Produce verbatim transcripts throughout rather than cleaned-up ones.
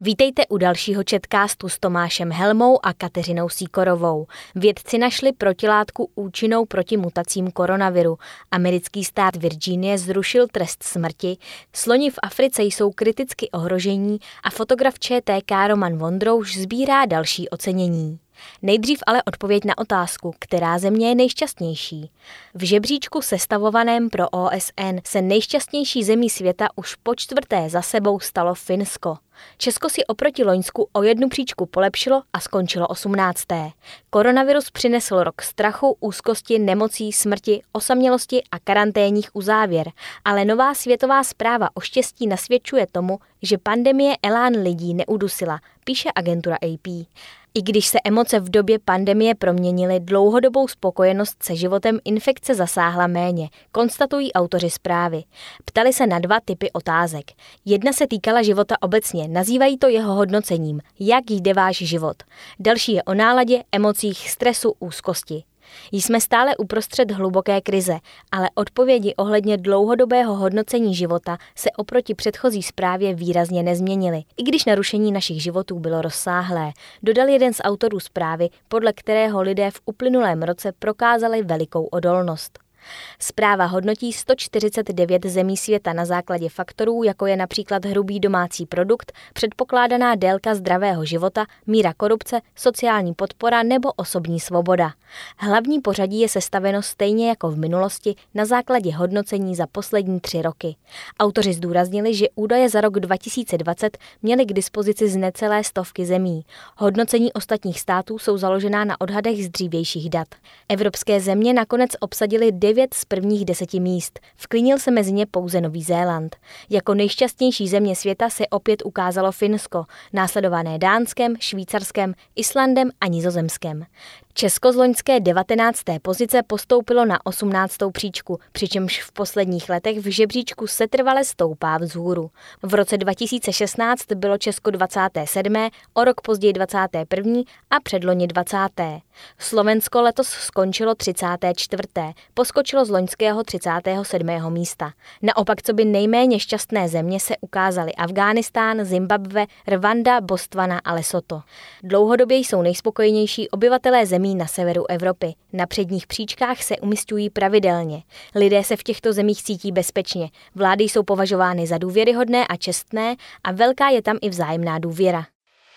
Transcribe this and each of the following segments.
Vítejte u dalšího Chatcastu s Tomášem Helmou a Kateřinou Sýkorovou. Vědci našli protilátku účinnou proti mutacím koronaviru. Americký stát Virginie zrušil trest smrti, sloni v Africe jsou kriticky ohrožení a fotograf ČTK Roman Vondrouš sbírá další ocenění. Nejdřív ale odpověď na otázku, která země je nejšťastnější. V žebříčku sestavovaném pro O S N se nejšťastnější zemí světa už po čtvrté za sebou stalo Finsko. Česko si oproti loňsku o jednu příčku polepšilo a skončilo osmnácté. Koronavirus přinesl rok strachu, úzkosti, nemocí, smrti, osamělosti a karanténních uzávěr, ale nová světová zpráva o štěstí nasvědčuje tomu, že pandemie elán lidí neudusila, píše agentura A P. I když se emoce v době pandemie proměnily, dlouhodobou spokojenost se životem infekce zasáhla méně, konstatují autoři zprávy. Ptali se na dva typy otázek. Jedna se týkala života obecně, nazývají to jeho hodnocením, jak jde váš život. Další je o náladě, emocích, stresu, úzkosti. Jsme stále uprostřed hluboké krize, ale odpovědi ohledně dlouhodobého hodnocení života se oproti předchozí zprávě výrazně nezměnily, i když narušení našich životů bylo rozsáhlé, dodal jeden z autorů zprávy, podle kterého lidé v uplynulém roce prokázali velikou odolnost. Zpráva hodnotí sto čtyřicet devět zemí světa na základě faktorů, jako je například hrubý domácí produkt, předpokládaná délka zdravého života, míra korupce, sociální podpora nebo osobní svoboda. Hlavní pořadí je sestaveno stejně jako v minulosti na základě hodnocení za poslední tři roky. Autoři zdůraznili, že údaje za rok dva tisíce dvacet měli k dispozici z necelé stovky zemí. Hodnocení ostatních států jsou založená na odhadech z dřívějších dat. Evropské země nakonec obsadily devět z prvních deseti míst. Vklínil se mezi ně pouze Nový Zéland. Jako nejšťastnější země světa se opět ukázalo Finsko, následované Dánskem, Švýcarskem, Islandem a Nizozemskem. Česko z loňské devatenácté pozice postoupilo na osmnáctou příčku, přičemž v posledních letech v žebříčku setrvale stoupá vzhůru. V roce dva tisíce šestnáct bylo Česko dvacáté sedmé, o rok později dvacáté první a předloni dvacáté Slovensko letos skončilo třicáté čtvrté poskočilo z loňského třicátého sedmého místa. Naopak coby nejméně šťastné země se ukázaly Afghánistán, Zimbabwe, Rwanda, Botswana a Lesotho. Dlouhodobě jsou nejspokojenější obyvatelé zemí na severu Evropy. Na předních příčkách se umisťují pravidelně. Lidé se v těchto zemích cítí bezpečně. Vlády jsou považovány za důvěryhodné a čestné a velká je tam i vzájemná důvěra.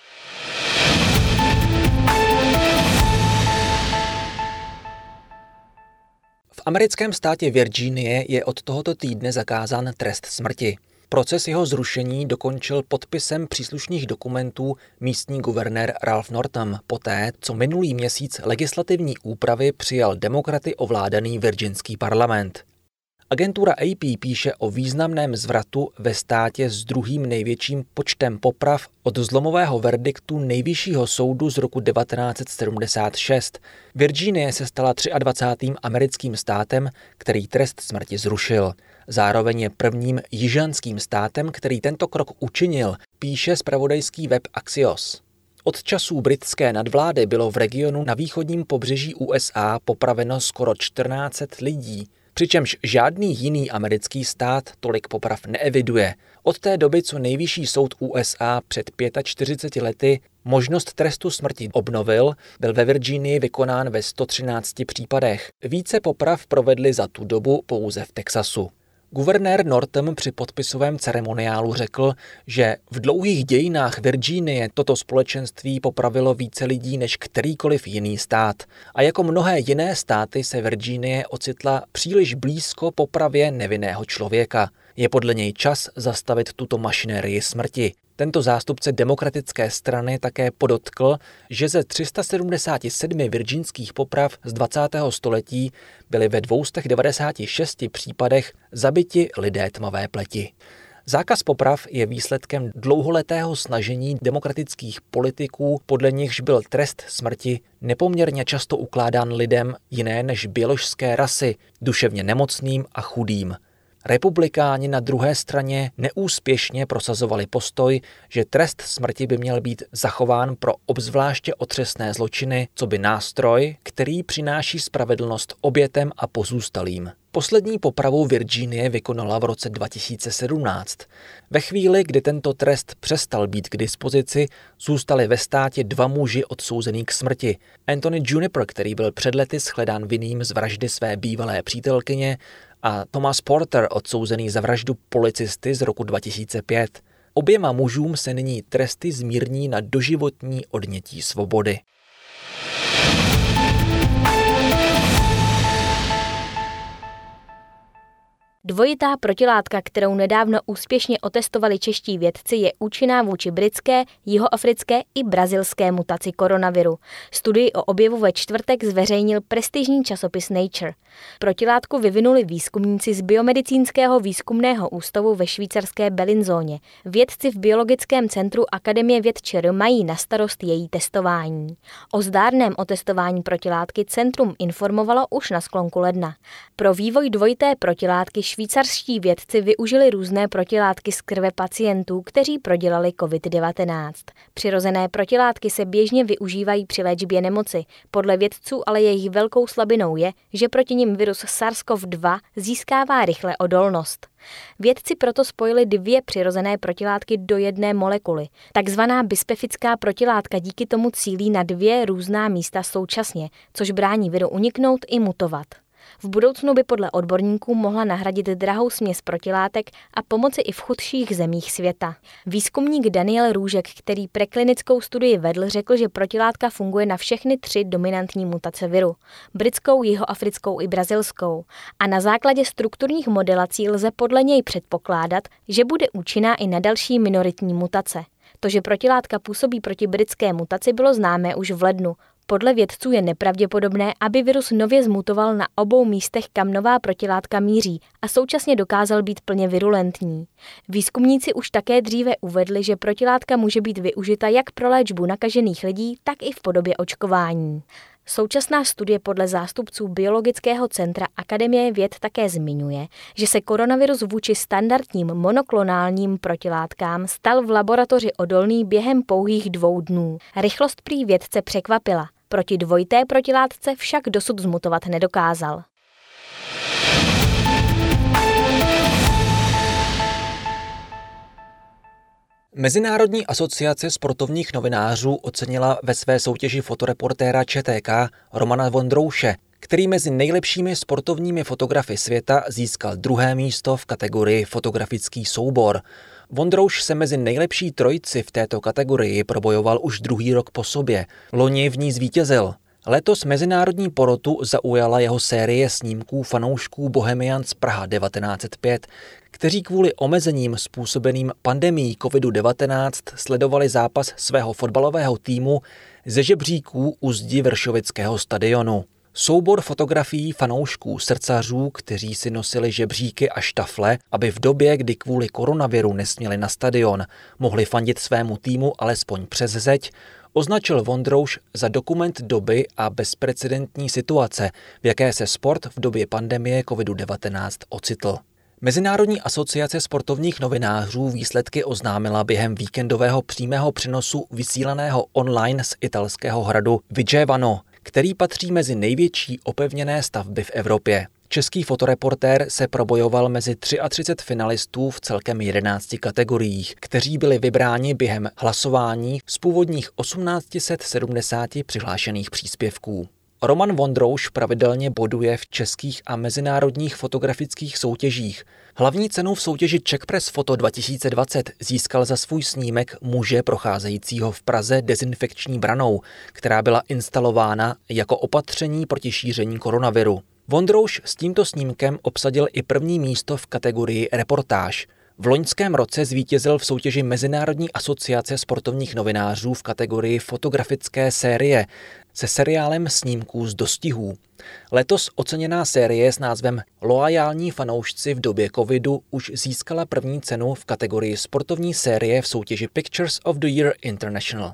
V americkém státě Virginie je od tohoto týdne zakázán trest smrti. Proces jeho zrušení dokončil podpisem příslušných dokumentů místní guvernér Ralph Northam poté, co minulý měsíc legislativní úpravy přijal demokraty ovládaný virginský parlament. Agentura A P píše o významném zvratu ve státě s druhým největším počtem poprav od zlomového verdiktu Nejvyššího soudu z roku devatenáct set sedmdesát šest. Virginie se stala dvacátým třetím americkým státem, který trest smrti zrušil. Zároveň je prvním jižanským státem, který tento krok učinil, píše zpravodajský web Axios. Od časů britské nadvlády bylo v regionu na východním pobřeží U S A popraveno skoro čtrnáct set lidí, přičemž žádný jiný americký stát tolik poprav neeviduje. Od té doby, co Nejvyšší soud U S A před čtyřiceti pěti lety možnost trestu smrti obnovil, byl ve Virginii vykonán ve sto třinácti případech. Více poprav provedli za tu dobu pouze v Texasu. Guvernér Northam při podpisovém ceremoniálu řekl, že v dlouhých dějinách Virginie toto společenství popravilo více lidí než kterýkoliv jiný stát. A jako mnohé jiné státy se Virginie ocitla příliš blízko popravě nevinného člověka. Je podle něj čas zastavit tuto mašinérii smrti. Tento zástupce demokratické strany také podotkl, že ze tři sta sedmdesát sedm virginských poprav z dvacátého století byly ve dvě stě devadesát šest případech zabiti lidé tmavé pleti. Zákaz poprav je výsledkem dlouholetého snažení demokratických politiků, podle nichž byl trest smrti nepoměrně často ukládán lidem jiné než běložské rasy, duševně nemocným a chudým. Republikáni na druhé straně neúspěšně prosazovali postoj, že trest smrti by měl být zachován pro obzvláště otřesné zločiny, coby nástroj, který přináší spravedlnost obětem a pozůstalým. Poslední popravu Virginie vykonala v roce dva tisíce sedmnáct. Ve chvíli, kdy tento trest přestal být k dispozici, zůstali ve státě dva muži odsouzení k smrti. Anthony Juniper, který byl před lety shledán vinným z vraždy své bývalé přítelkyně, a Thomas Porter, odsouzený za vraždu policisty z roku dva tisíce pět. Oběma mužům se nyní tresty zmírní na doživotní odnětí svobody. Dvojitá protilátka, kterou nedávno úspěšně otestovali čeští vědci, je účinná vůči britské, jihoafrické i brazilské mutaci koronaviru. Studii o objevu ve čtvrtek zveřejnil prestižní časopis Nature. Protilátku vyvinuli výzkumníci z Biomedicínského výzkumného ústavu ve švýcarské Bellinzóně. Vědci v Biologickém centru Akademie věd ČR mají na starost její testování. O zdárném otestování protilátky centrum informovalo už na sklonku ledna. Pro vývoj dvojité protilátky švýcarští vědci využili různé protilátky z krve pacientů, kteří prodělali covid devatenáct. Přirozené protilátky se běžně využívají při léčbě nemoci. Podle vědců ale jejich velkou slabinou je, že proti nim virus SARS-C o V dva získává rychle odolnost. Vědci proto spojili dvě přirozené protilátky do jedné molekuly. Takzvaná bispecifická protilátka díky tomu cílí na dvě různá místa současně, což brání viru uniknout i mutovat. V budoucnu by podle odborníků mohla nahradit drahou směs protilátek a pomoci i v chudších zemích světa. Výzkumník Daniel Růžek, který preklinickou studii vedl, řekl, že protilátka funguje na všechny tři dominantní mutace viru. Britskou, jihoafrickou i brazilskou. A na základě strukturních modelací lze podle něj předpokládat, že bude účinná i na další minoritní mutace. To, že protilátka působí proti britské mutaci, bylo známé už v lednu. Podle vědců je nepravděpodobné, aby virus nově zmutoval na obou místech, kam nová protilátka míří a současně dokázal být plně virulentní. Výzkumníci už také dříve uvedli, že protilátka může být využita jak pro léčbu nakažených lidí, tak i v podobě očkování. Současná studie podle zástupců Biologického centra Akademie věd také zmiňuje, že se koronavirus vůči standardním monoklonálním protilátkám stal v laboratoři odolný během pouhých dvou dnů. Rychlost prý vědce překvapila. Proti dvojité protilátce však dosud zmutovat nedokázal. Mezinárodní asociace sportovních novinářů ocenila ve své soutěži fotoreportéra ČTK Romana Vondrouše, který mezi nejlepšími sportovními fotografy světa získal druhé místo v kategorii fotografický soubor. Vondrouš se mezi nejlepší trojici v této kategorii probojoval už druhý rok po sobě. Loni v ní zvítězil. Letos mezinárodní porotu zaujala jeho série snímků fanoušků Bohemians Praha devatenáct set pět, kteří kvůli omezením způsobeným pandemií covid devatenáct sledovali zápas svého fotbalového týmu ze žebříků u zdi Vršovického stadionu. Soubor fotografií fanoušků srdcařů, kteří si nosili žebříky a štafle, aby v době, kdy kvůli koronaviru nesměli na stadion, mohli fandit svému týmu alespoň přes zeď, označil Vondrouš za dokument doby a bezprecedentní situace, v jaké se sport v době pandemie covid devatenáct ocitl. Mezinárodní asociace sportovních novinářů výsledky oznámila během víkendového přímého přenosu vysílaného online z italského hradu Vigevano, který patří mezi největší opevněné stavby v Evropě. Český fotoreportér se probojoval mezi třicet tři finalistů v celkem jedenácti kategoriích, kteří byli vybráni během hlasování z původních tisíc osm set sedmdesát přihlášených příspěvků. Roman Vondrouš pravidelně boduje v českých a mezinárodních fotografických soutěžích. Hlavní cenu v soutěži Czech Press Photo dva tisíce dvacet získal za svůj snímek muže procházejícího v Praze dezinfekční branou, která byla instalována jako opatření proti šíření koronaviru. Vondrouš s tímto snímkem obsadil i první místo v kategorii reportáž. V loňském roce zvítězil v soutěži Mezinárodní asociace sportovních novinářů v kategorii fotografické série se seriálem snímků z dostihů. Letos oceněná série s názvem Loajální fanoušci v době covidu už získala první cenu v kategorii sportovní série v soutěži Pictures of the Year International.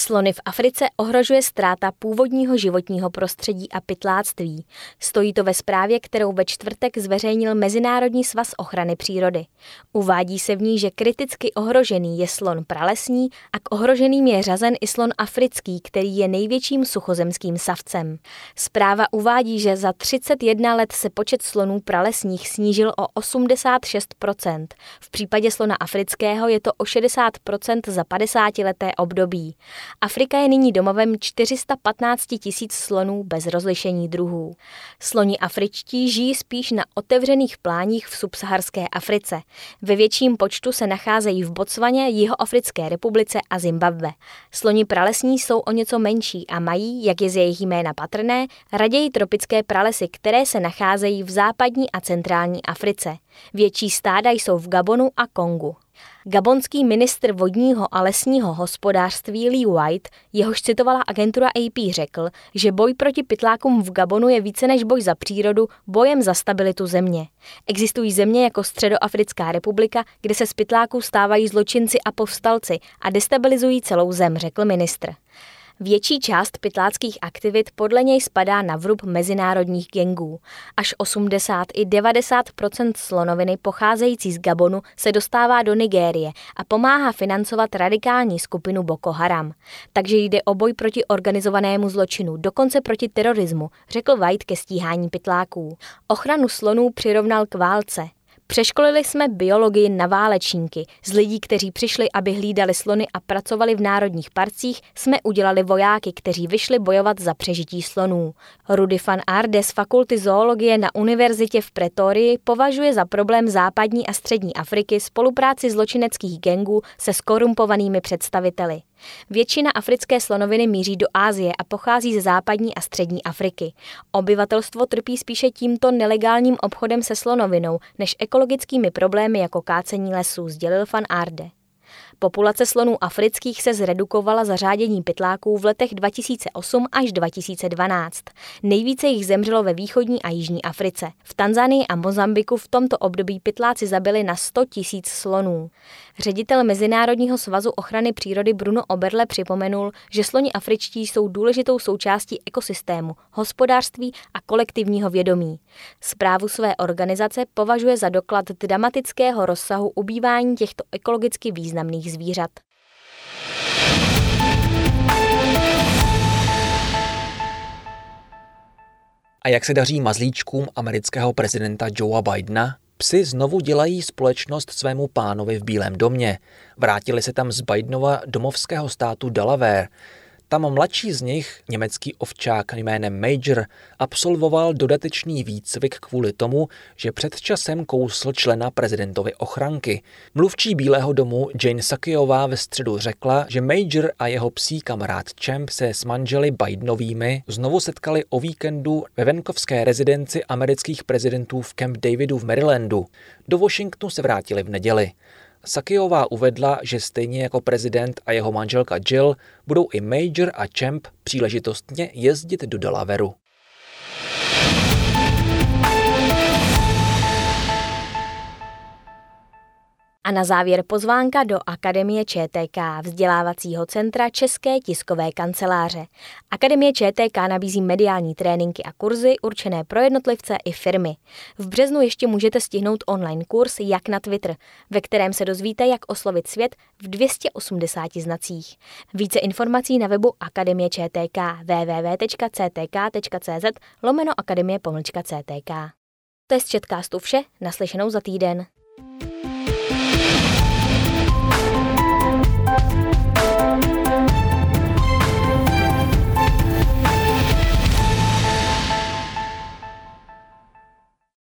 Slony v Africe ohrožuje ztráta původního životního prostředí a pytláctví. Stojí to ve zprávě, kterou ve čtvrtek zveřejnil Mezinárodní svaz ochrany přírody. Uvádí se v ní, že kriticky ohrožený je slon pralesní a k ohroženým je řazen i slon africký, který je největším suchozemským savcem. Zpráva uvádí, že za třicet jedna let se počet slonů pralesních snížil o osmdesát šest procent. V případě slona afrického je to o šedesát procent za padesátileté období. Afrika je nyní domovem čtyři sta patnáct tisíc slonů bez rozlišení druhů. Sloni afričtí žijí spíš na otevřených pláních v subsaharské Africe. Ve větším počtu se nacházejí v Botswaně, Jihoafrické republice a Zimbabwe. Sloni pralesní jsou o něco menší a mají, jak je z jejich jména patrné, raději tropické pralesy, které se nacházejí v západní a centrální Africe. Větší stáda jsou v Gabonu a Kongu. Gabonský ministr vodního a lesního hospodářství Lee White, jehož citovala agentura A P, řekl, že boj proti pytlákům v Gabonu je více než boj za přírodu, bojem za stabilitu země. Existují země jako Středoafrická republika, kde se z pytláků stávají zločinci a povstalci a destabilizují celou zem, řekl ministr. Větší část pytláckých aktivit podle něj spadá na vrub mezinárodních gangů. Až osmdesát i devadesát procent slonoviny pocházející z Gabonu se dostává do Nigérie a pomáhá financovat radikální skupinu Boko Haram. Takže jde o boj proti organizovanému zločinu, dokonce proti terorismu, řekl White ke stíhání pytláků. Ochranu slonů přirovnal k válce. Přeškolili jsme biologii na válečníky. Z lidí, kteří přišli, aby hlídali slony a pracovali v národních parcích, jsme udělali vojáky, kteří vyšli bojovat za přežití slonů. Rudy van Aarde z fakulty zoologie na univerzitě v Pretorii považuje za problém západní a střední Afriky spolupráci zločineckých gangů se skorumpovanými představiteli. Většina africké slonoviny míří do Asie a pochází ze západní a střední Afriky. Obyvatelstvo trpí spíše tímto nelegálním obchodem se slonovinou než ekologickými problémy jako kácení lesů, sdělil van Aarde. Populace slonů afrických se zredukovala za řádění pytláků v letech dva tisíce osm až dva tisíce dvanáct. Nejvíce jich zemřelo ve východní a jižní Africe. V Tanzanii a Mozambiku v tomto období pytláci zabili na sto tisíc slonů. Ředitel Mezinárodního svazu ochrany přírody Bruno Oberle připomenul, že sloni afričtí jsou důležitou součástí ekosystému, hospodářství a kolektivního vědomí. Zprávu své organizace považuje za doklad dramatického rozsahu ubývání těchto ekologicky významných zvířat. A jak se daří mazlíčkům amerického prezidenta Joea Bidena? Psi znovu dělají společnost svému pánovi v Bílém domě. Vrátili se tam z Bidenova domovského státu Delaware. Tam mladší z nich, německý ovčák jménem Major, absolvoval dodatečný výcvik kvůli tomu, že před časem kousl člena prezidentovy ochranky. Mluvčí Bílého domu Jen Psakiová ve středu řekla, že Major a jeho psí kamarád Champ se s manželi Bidenovými znovu setkali o víkendu ve venkovské rezidenci amerických prezidentů v Camp Davidu v Marylandu. Do Washingtonu se vrátili v neděli. Psakiová uvedla, že stejně jako prezident a jeho manželka Jill budou i Major a Champ příležitostně jezdit do Delawareu. A na závěr pozvánka do Akademie Č T K, vzdělávacího centra České tiskové kanceláře. Akademie Č T K nabízí mediální tréninky a kurzy určené pro jednotlivce i firmy. V březnu ještě můžete stihnout online kurz Jak na Twitter, ve kterém se dozvíte, jak oslovit svět v dvě stě osmdesáti znacích. Více informací na webu Akademie Č T K w w w tečka c t k tečka c z lomeno akademie pomlčka C T K. To je z Chatcastu vše, naslyšenou za týden.